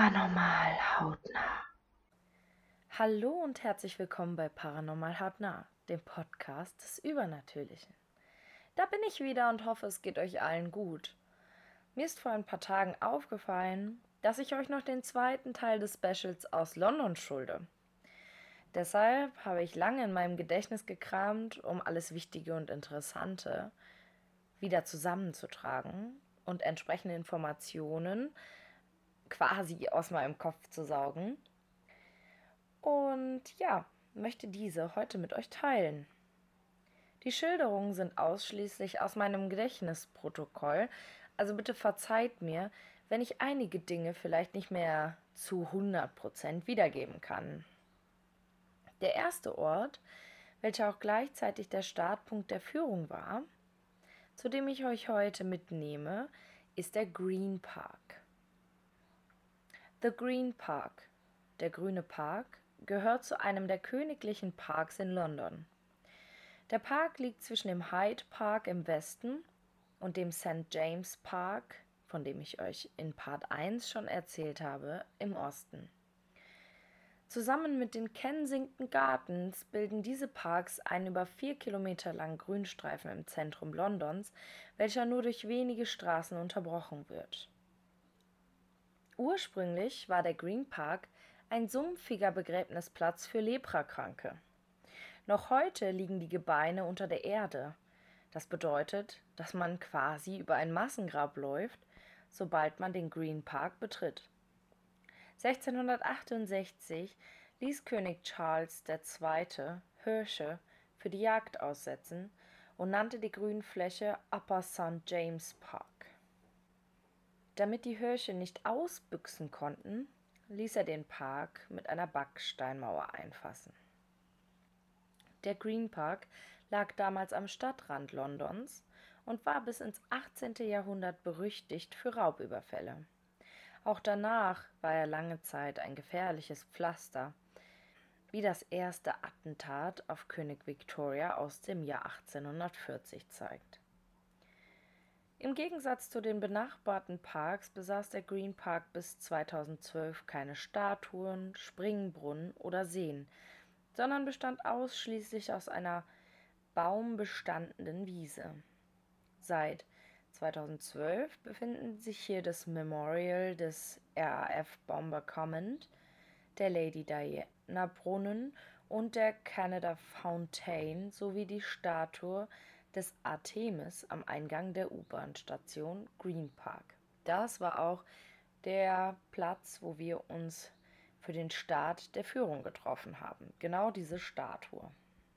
Paranormal hautnah. Hallo und herzlich willkommen bei Paranormal hautnah, dem Podcast des Übernatürlichen. Da bin ich wieder und hoffe, es geht euch allen gut. Mir ist vor ein paar Tagen aufgefallen, dass ich euch noch den zweiten Teil des Specials aus London schulde. Deshalb habe ich lange in meinem Gedächtnis gekramt, um alles Wichtige und Interessante wieder zusammenzutragen und entsprechende Informationen quasi aus meinem Kopf zu saugen. Und ja, möchte diese heute mit euch teilen. Die Schilderungen sind ausschließlich aus meinem Gedächtnisprotokoll, also bitte verzeiht mir, wenn ich einige Dinge vielleicht nicht mehr zu 100% wiedergeben kann. Der erste Ort, welcher auch gleichzeitig der Startpunkt der Führung war, zu dem ich euch heute mitnehme, ist der Green Park. The Green Park, der Grüne Park, gehört zu einem der königlichen Parks in London. Der Park liegt zwischen dem Hyde Park im Westen und dem St. James Park, von dem ich euch in Part 1 schon erzählt habe, im Osten. Zusammen mit den Kensington Gardens bilden diese Parks einen über 4 Kilometer langen Grünstreifen im Zentrum Londons, welcher nur durch wenige Straßen unterbrochen wird. Ursprünglich war der Green Park ein sumpfiger Begräbnisplatz für Leprakranke. Noch heute liegen die Gebeine unter der Erde. Das bedeutet, dass man quasi über ein Massengrab läuft, sobald man den Green Park betritt. 1668 ließ König Charles II. Hirsche für die Jagd aussetzen und nannte die Grünfläche Upper St. James Park. Damit die Hirsche nicht ausbüchsen konnten, ließ er den Park mit einer Backsteinmauer einfassen. Der Green Park lag damals am Stadtrand Londons und war bis ins 18. Jahrhundert berüchtigt für Raubüberfälle. Auch danach war er lange Zeit ein gefährliches Pflaster, wie das erste Attentat auf König Victoria aus dem Jahr 1840 zeigt. Im Gegensatz zu den benachbarten Parks besaß der Green Park bis 2012 keine Statuen, Springbrunnen oder Seen, sondern bestand ausschließlich aus einer baumbestandenen Wiese. Seit 2012 befinden sich hier das Memorial des RAF Bomber Command, der Lady Diana Brunnen und der Canada Fountain sowie die Statue des Artemis am Eingang der U-Bahn-Station Green Park. Das war auch der Platz, wo wir uns für den Start der Führung getroffen haben. Genau diese Statue.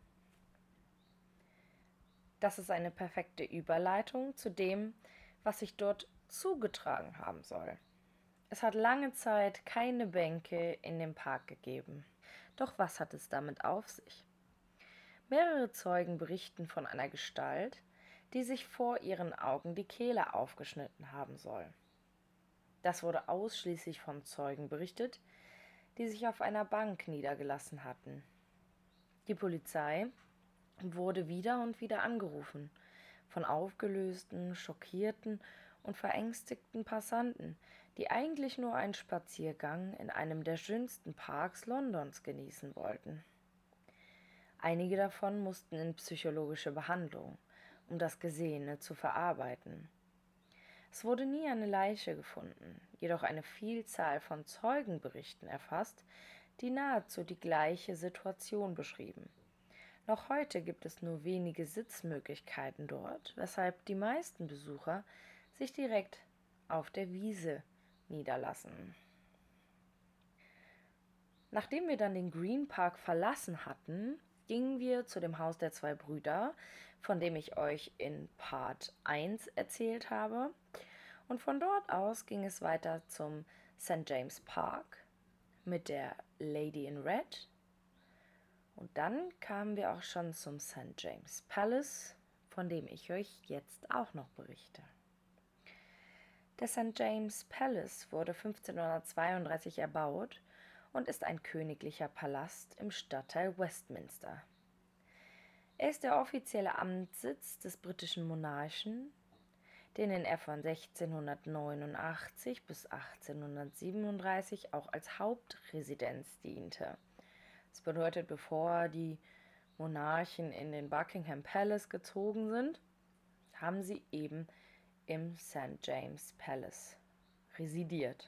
Das ist eine perfekte Überleitung zu dem, was sich dort zugetragen haben soll. Es hat lange Zeit keine Bänke in dem Park gegeben. Doch was hat es damit auf sich? Mehrere Zeugen berichten von einer Gestalt, die sich vor ihren Augen die Kehle aufgeschnitten haben soll. Das wurde ausschließlich von Zeugen berichtet, die sich auf einer Bank niedergelassen hatten. Die Polizei wurde wieder und wieder angerufen von aufgelösten, schockierten und verängstigten Passanten, die eigentlich nur einen Spaziergang in einem der schönsten Parks Londons genießen wollten. Einige davon mussten in psychologische Behandlung, um das Gesehene zu verarbeiten. Es wurde nie eine Leiche gefunden, jedoch eine Vielzahl von Zeugenberichten erfasst, die nahezu die gleiche Situation beschrieben. Noch heute gibt es nur wenige Sitzmöglichkeiten dort, weshalb die meisten Besucher sich direkt auf der Wiese niederlassen. Nachdem wir dann den Green Park verlassen hatten, gingen wir zu dem Haus der zwei Brüder, von dem ich euch in Part 1 erzählt habe. Und von dort aus ging es weiter zum St. James Park mit der Lady in Red. Und dann kamen wir auch schon zum St. James Palace, von dem ich euch jetzt auch noch berichte. Der St. James Palace wurde 1532 erbaut und ist ein königlicher Palast im Stadtteil Westminster. Er ist der offizielle Amtssitz des britischen Monarchen, denen er von 1689 bis 1837 auch als Hauptresidenz diente. Das bedeutet, bevor die Monarchen in den Buckingham Palace gezogen sind, haben sie eben im St. James Palace residiert.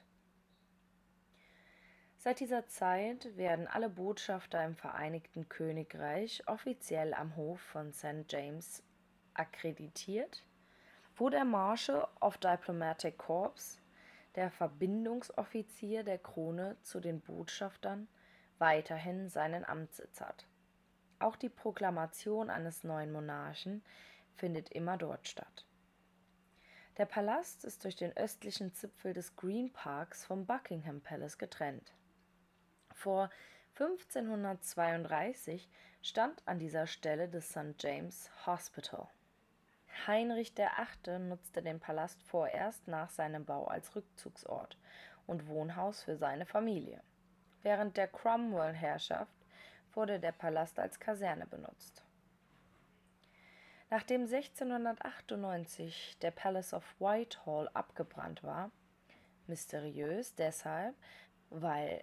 Seit dieser Zeit werden alle Botschafter im Vereinigten Königreich offiziell am Hof von St. James akkreditiert, wo der Marshal of Diplomatic Corps, der Verbindungsoffizier der Krone zu den Botschaftern, weiterhin seinen Amtssitz hat. Auch die Proklamation eines neuen Monarchen findet immer dort statt. Der Palast ist durch den östlichen Zipfel des Green Parks vom Buckingham Palace getrennt. Vor 1532 stand an dieser Stelle das St. James Hospital. Heinrich VIII. Nutzte den Palast vorerst nach seinem Bau als Rückzugsort und Wohnhaus für seine Familie. Während der Cromwell-Herrschaft wurde der Palast als Kaserne benutzt. Nachdem 1698 der Palace of Whitehall abgebrannt war, mysteriös deshalb, weil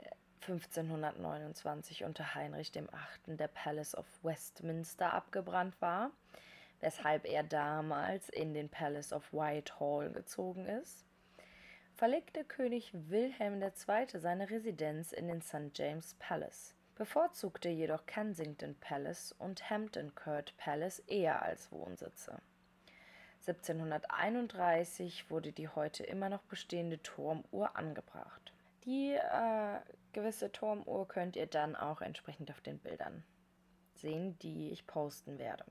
1529 unter Heinrich VIII. Der Palace of Westminster abgebrannt war, weshalb er damals in den Palace of Whitehall gezogen ist, verlegte König Wilhelm II. Seine Residenz in den St. James Palace, bevorzugte jedoch Kensington Palace und Hampton Court Palace eher als Wohnsitze. 1731 wurde die heute immer noch bestehende Turmuhr angebracht. Die gewisse Turmuhr könnt ihr dann auch entsprechend auf den Bildern sehen, die ich posten werde.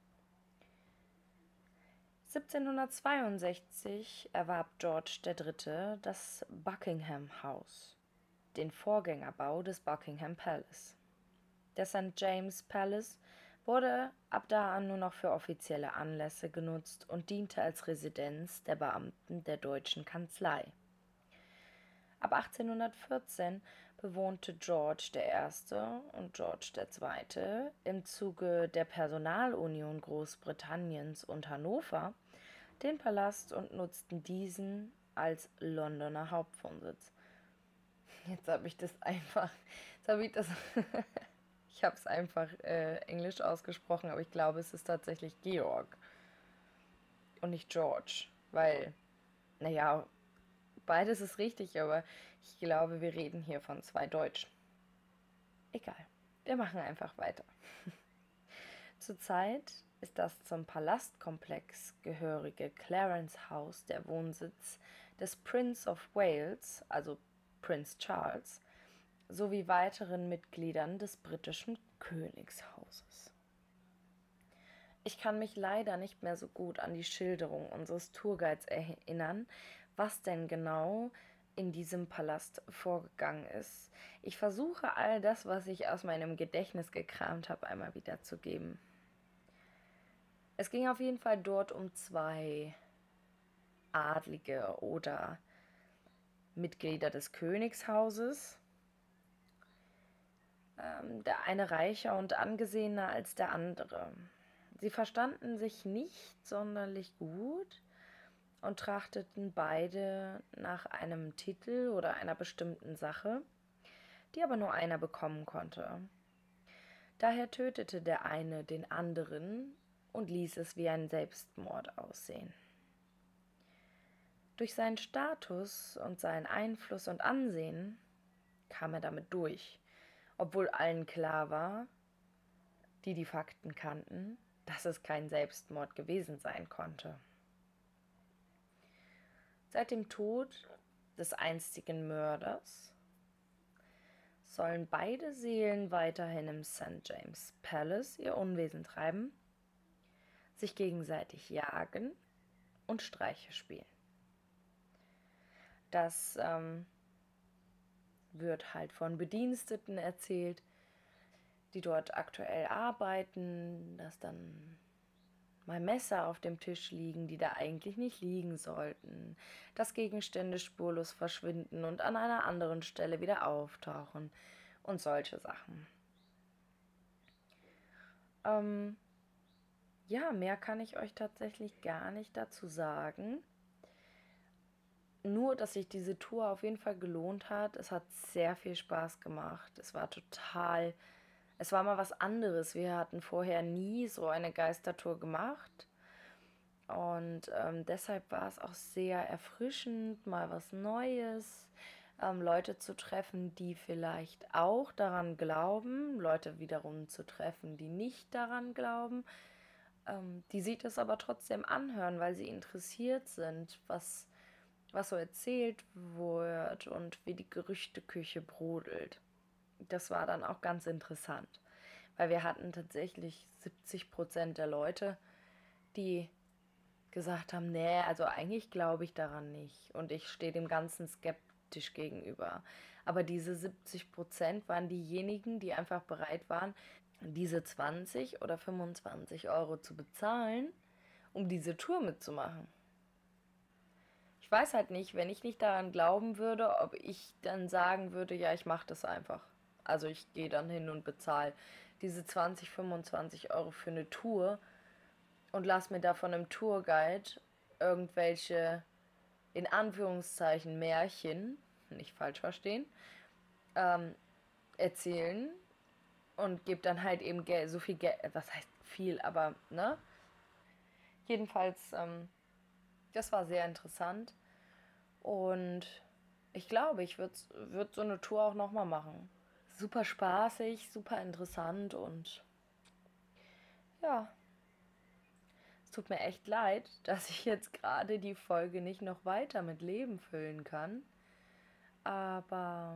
1762 erwarb George III. Das Buckingham House, den Vorgängerbau des Buckingham Palace. Der St. James Palace wurde ab da an nur noch für offizielle Anlässe genutzt und diente als Residenz der Beamten der deutschen Kanzlei. Ab 1814 bewohnte George I. und George II. Im Zuge der Personalunion Großbritanniens und Hannover den Palast und nutzten diesen als Londoner Hauptwohnsitz. Ich habe es einfach Englisch ausgesprochen, aber ich glaube, es ist tatsächlich Georg und nicht George, weil, beides ist richtig, aber ich glaube, wir reden hier von zwei Deutschen. Egal, wir machen einfach weiter. Zurzeit ist das zum Palastkomplex gehörige Clarence House der Wohnsitz des Prince of Wales, also Prinz Charles, sowie weiteren Mitgliedern des britischen Königshauses. Ich kann mich leider nicht mehr so gut an die Schilderung unseres Tourguides erinnern, was denn genau in diesem Palast vorgegangen ist. Ich versuche all das, was ich aus meinem Gedächtnis gekramt habe, einmal wiederzugeben. Es ging auf jeden Fall dort um zwei Adlige oder Mitglieder des Königshauses. Der eine reicher und angesehener als der andere. Sie verstanden sich nicht sonderlich gut und trachteten beide nach einem Titel oder einer bestimmten Sache, die aber nur einer bekommen konnte. Daher tötete der eine den anderen und ließ es wie ein Selbstmord aussehen. Durch seinen Status und seinen Einfluss und Ansehen kam er damit durch, obwohl allen klar war, die Fakten kannten, dass es kein Selbstmord gewesen sein konnte. Seit dem Tod des einstigen Mörders sollen beide Seelen weiterhin im St. James Palace ihr Unwesen treiben, sich gegenseitig jagen und Streiche spielen. Das wird halt von Bediensteten erzählt, die dort aktuell arbeiten, dass dann mal Messer auf dem Tisch liegen, die da eigentlich nicht liegen sollten, dass Gegenstände spurlos verschwinden und an einer anderen Stelle wieder auftauchen und solche Sachen. ja, mehr kann ich euch tatsächlich gar nicht dazu sagen. Nur, dass sich diese Tour auf jeden Fall gelohnt hat. Es hat sehr viel Spaß gemacht. Es war mal was anderes. Wir hatten vorher nie so eine Geistertour gemacht. Und deshalb war es auch sehr erfrischend, mal was Neues, Leute zu treffen, die vielleicht auch daran glauben, Leute wiederum zu treffen, die nicht daran glauben, die sich das aber trotzdem anhören, weil sie interessiert sind, was so erzählt wird und wie die Gerüchteküche brodelt. Das war dann auch ganz interessant, weil wir hatten tatsächlich 70% der Leute, die gesagt haben, nee, also eigentlich glaube ich daran nicht und ich stehe dem Ganzen skeptisch gegenüber. Aber diese 70% waren diejenigen, die einfach bereit waren, diese 20 oder 25 Euro zu bezahlen, um diese Tour mitzumachen. Ich weiß halt nicht, wenn ich nicht daran glauben würde, ob ich dann sagen würde, ja, ich mache das einfach. Also ich gehe dann hin und bezahle diese 20, 25 Euro für eine Tour und lass mir da von einem Tourguide irgendwelche, in Anführungszeichen, Märchen, nicht falsch verstehen, ähm, erzählen und gebe dann halt eben Geld, so viel Geld, was heißt viel, aber, ne? Jedenfalls, das war sehr interessant und ich glaube, ich würd so eine Tour auch nochmal machen. Super spaßig, super interessant und ja, es tut mir echt leid, dass ich jetzt gerade die Folge nicht noch weiter mit Leben füllen kann. Aber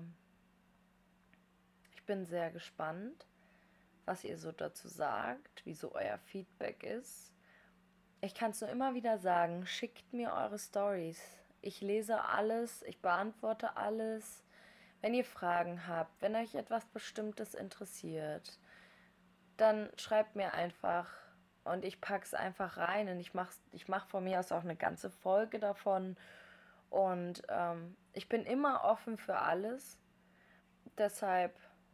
ich bin sehr gespannt, was ihr so dazu sagt, wie so euer Feedback ist. Ich kann es nur immer wieder sagen, schickt mir eure Stories. Ich lese alles, ich beantworte alles. Wenn ihr Fragen habt, wenn euch etwas Bestimmtes interessiert, dann schreibt mir einfach und ich pack's einfach rein und ich mach von mir aus auch eine ganze Folge davon und ich bin immer offen für alles. Deshalb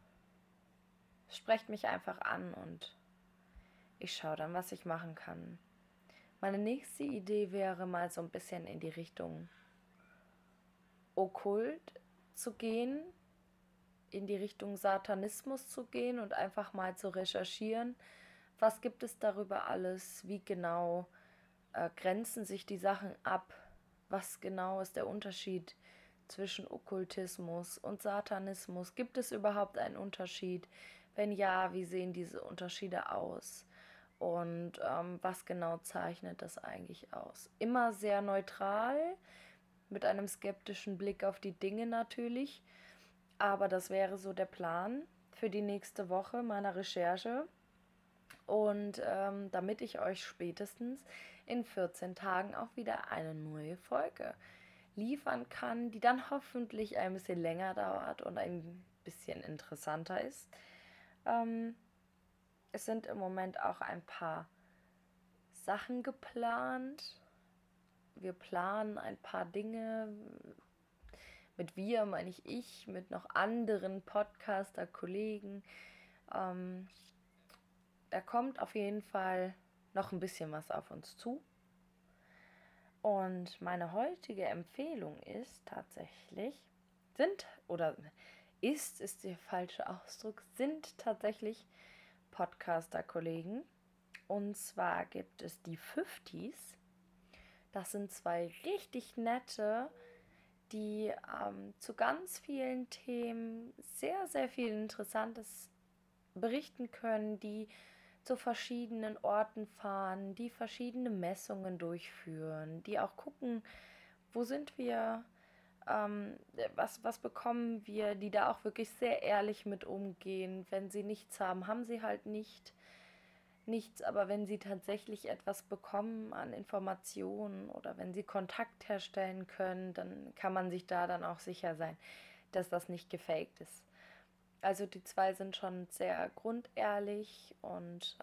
sprecht mich einfach an und ich schaue dann, was ich machen kann. Meine nächste Idee wäre mal so ein bisschen in die Richtung Okkult zu gehen, in die Richtung Satanismus zu gehen und einfach mal zu recherchieren, was gibt es darüber alles, wie genau grenzen sich die Sachen ab, was genau ist der Unterschied zwischen Okkultismus und Satanismus, gibt es überhaupt einen Unterschied? Wenn ja, wie sehen diese Unterschiede aus? Und was genau zeichnet das eigentlich aus? Immer sehr neutral, mit einem skeptischen Blick auf die Dinge natürlich. Aber das wäre so der Plan für die nächste Woche meiner Recherche. Und damit ich euch spätestens in 14 Tagen auch wieder eine neue Folge liefern kann, die dann hoffentlich ein bisschen länger dauert und ein bisschen interessanter ist. Es sind im Moment auch ein paar Sachen geplant. Wir planen ein paar Dinge. Mit wir meine ich mit noch anderen Podcaster-Kollegen. Da kommt auf jeden Fall noch ein bisschen was auf uns zu. Und meine heutige Empfehlung ist tatsächlich, ist der falsche Ausdruck, sind tatsächlich Podcaster-Kollegen. Und zwar gibt es die 50s. Das sind zwei richtig nette, die zu ganz vielen Themen sehr, sehr viel Interessantes berichten können, die zu verschiedenen Orten fahren, die verschiedene Messungen durchführen, die auch gucken, wo sind wir, was bekommen wir, die da auch wirklich sehr ehrlich mit umgehen. Wenn sie nichts haben, haben sie halt nichts, aber wenn sie tatsächlich etwas bekommen an Informationen oder wenn sie Kontakt herstellen können, dann kann man sich da dann auch sicher sein, dass das nicht gefaked ist. Also die zwei sind schon sehr grundehrlich und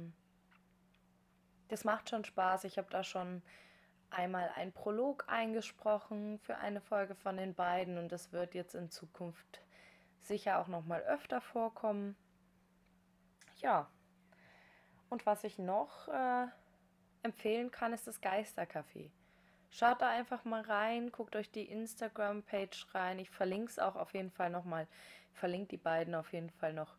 das macht schon Spaß. Ich habe da schon einmal einen Prolog eingesprochen für eine Folge von den beiden und das wird jetzt in Zukunft sicher auch noch mal öfter vorkommen. Ja, Und was ich noch empfehlen kann, ist das Geistercafé. Schaut da einfach mal rein, guckt euch die Instagram-Page rein. Ich verlinke es auch auf jeden Fall nochmal. Ich verlinke die beiden auf jeden Fall noch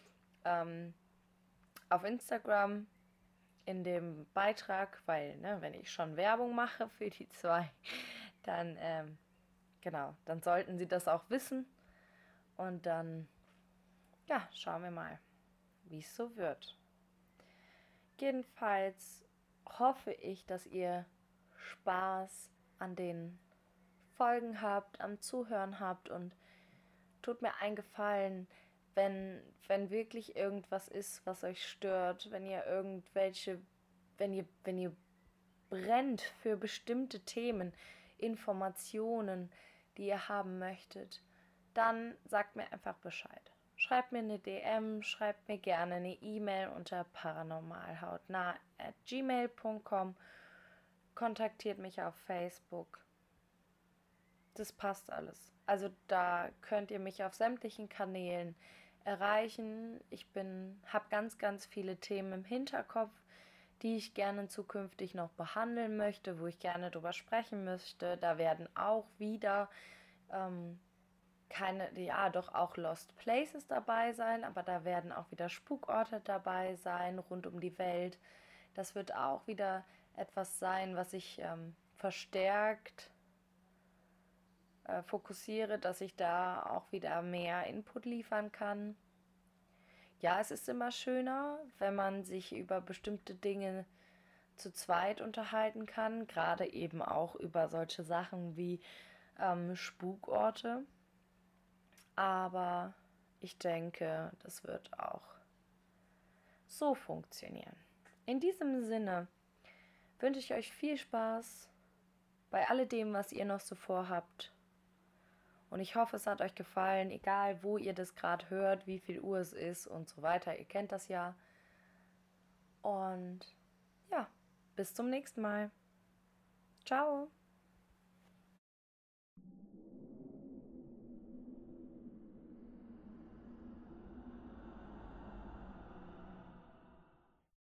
auf Instagram in dem Beitrag, weil, ne, wenn ich schon Werbung mache für die zwei, dann, genau, dann sollten sie das auch wissen. Und dann, ja, schauen wir mal, wie es so wird. Jedenfalls hoffe ich, dass ihr Spaß an den Folgen habt, am Zuhören habt und tut mir einen Gefallen, wenn wirklich irgendwas ist, was euch stört, wenn ihr wenn ihr brennt für bestimmte Themen, Informationen, die ihr haben möchtet, dann sagt mir einfach Bescheid. Schreibt mir eine DM, schreibt mir gerne eine E-Mail unter paranormalhautnah@gmail.com, kontaktiert mich auf Facebook. Das passt alles. Also da könnt ihr mich auf sämtlichen Kanälen erreichen. Habe ganz, ganz viele Themen im Hinterkopf, die ich gerne zukünftig noch behandeln möchte, wo ich gerne drüber sprechen möchte. Da werden auch wieder doch auch Lost Places dabei sein, aber da werden auch wieder Spukorte dabei sein, rund um die Welt. Das wird auch wieder etwas sein, was ich verstärkt fokussiere, dass ich da auch wieder mehr Input liefern kann. Ja, es ist immer schöner, wenn man sich über bestimmte Dinge zu zweit unterhalten kann, gerade eben auch über solche Sachen wie Spukorte. Aber ich denke, das wird auch so funktionieren. In diesem Sinne wünsche ich euch viel Spaß bei alledem, was ihr noch so vorhabt. Und ich hoffe, es hat euch gefallen, egal wo ihr das gerade hört, wie viel Uhr es ist und so weiter. Ihr kennt das ja. Und ja, bis zum nächsten Mal. Ciao.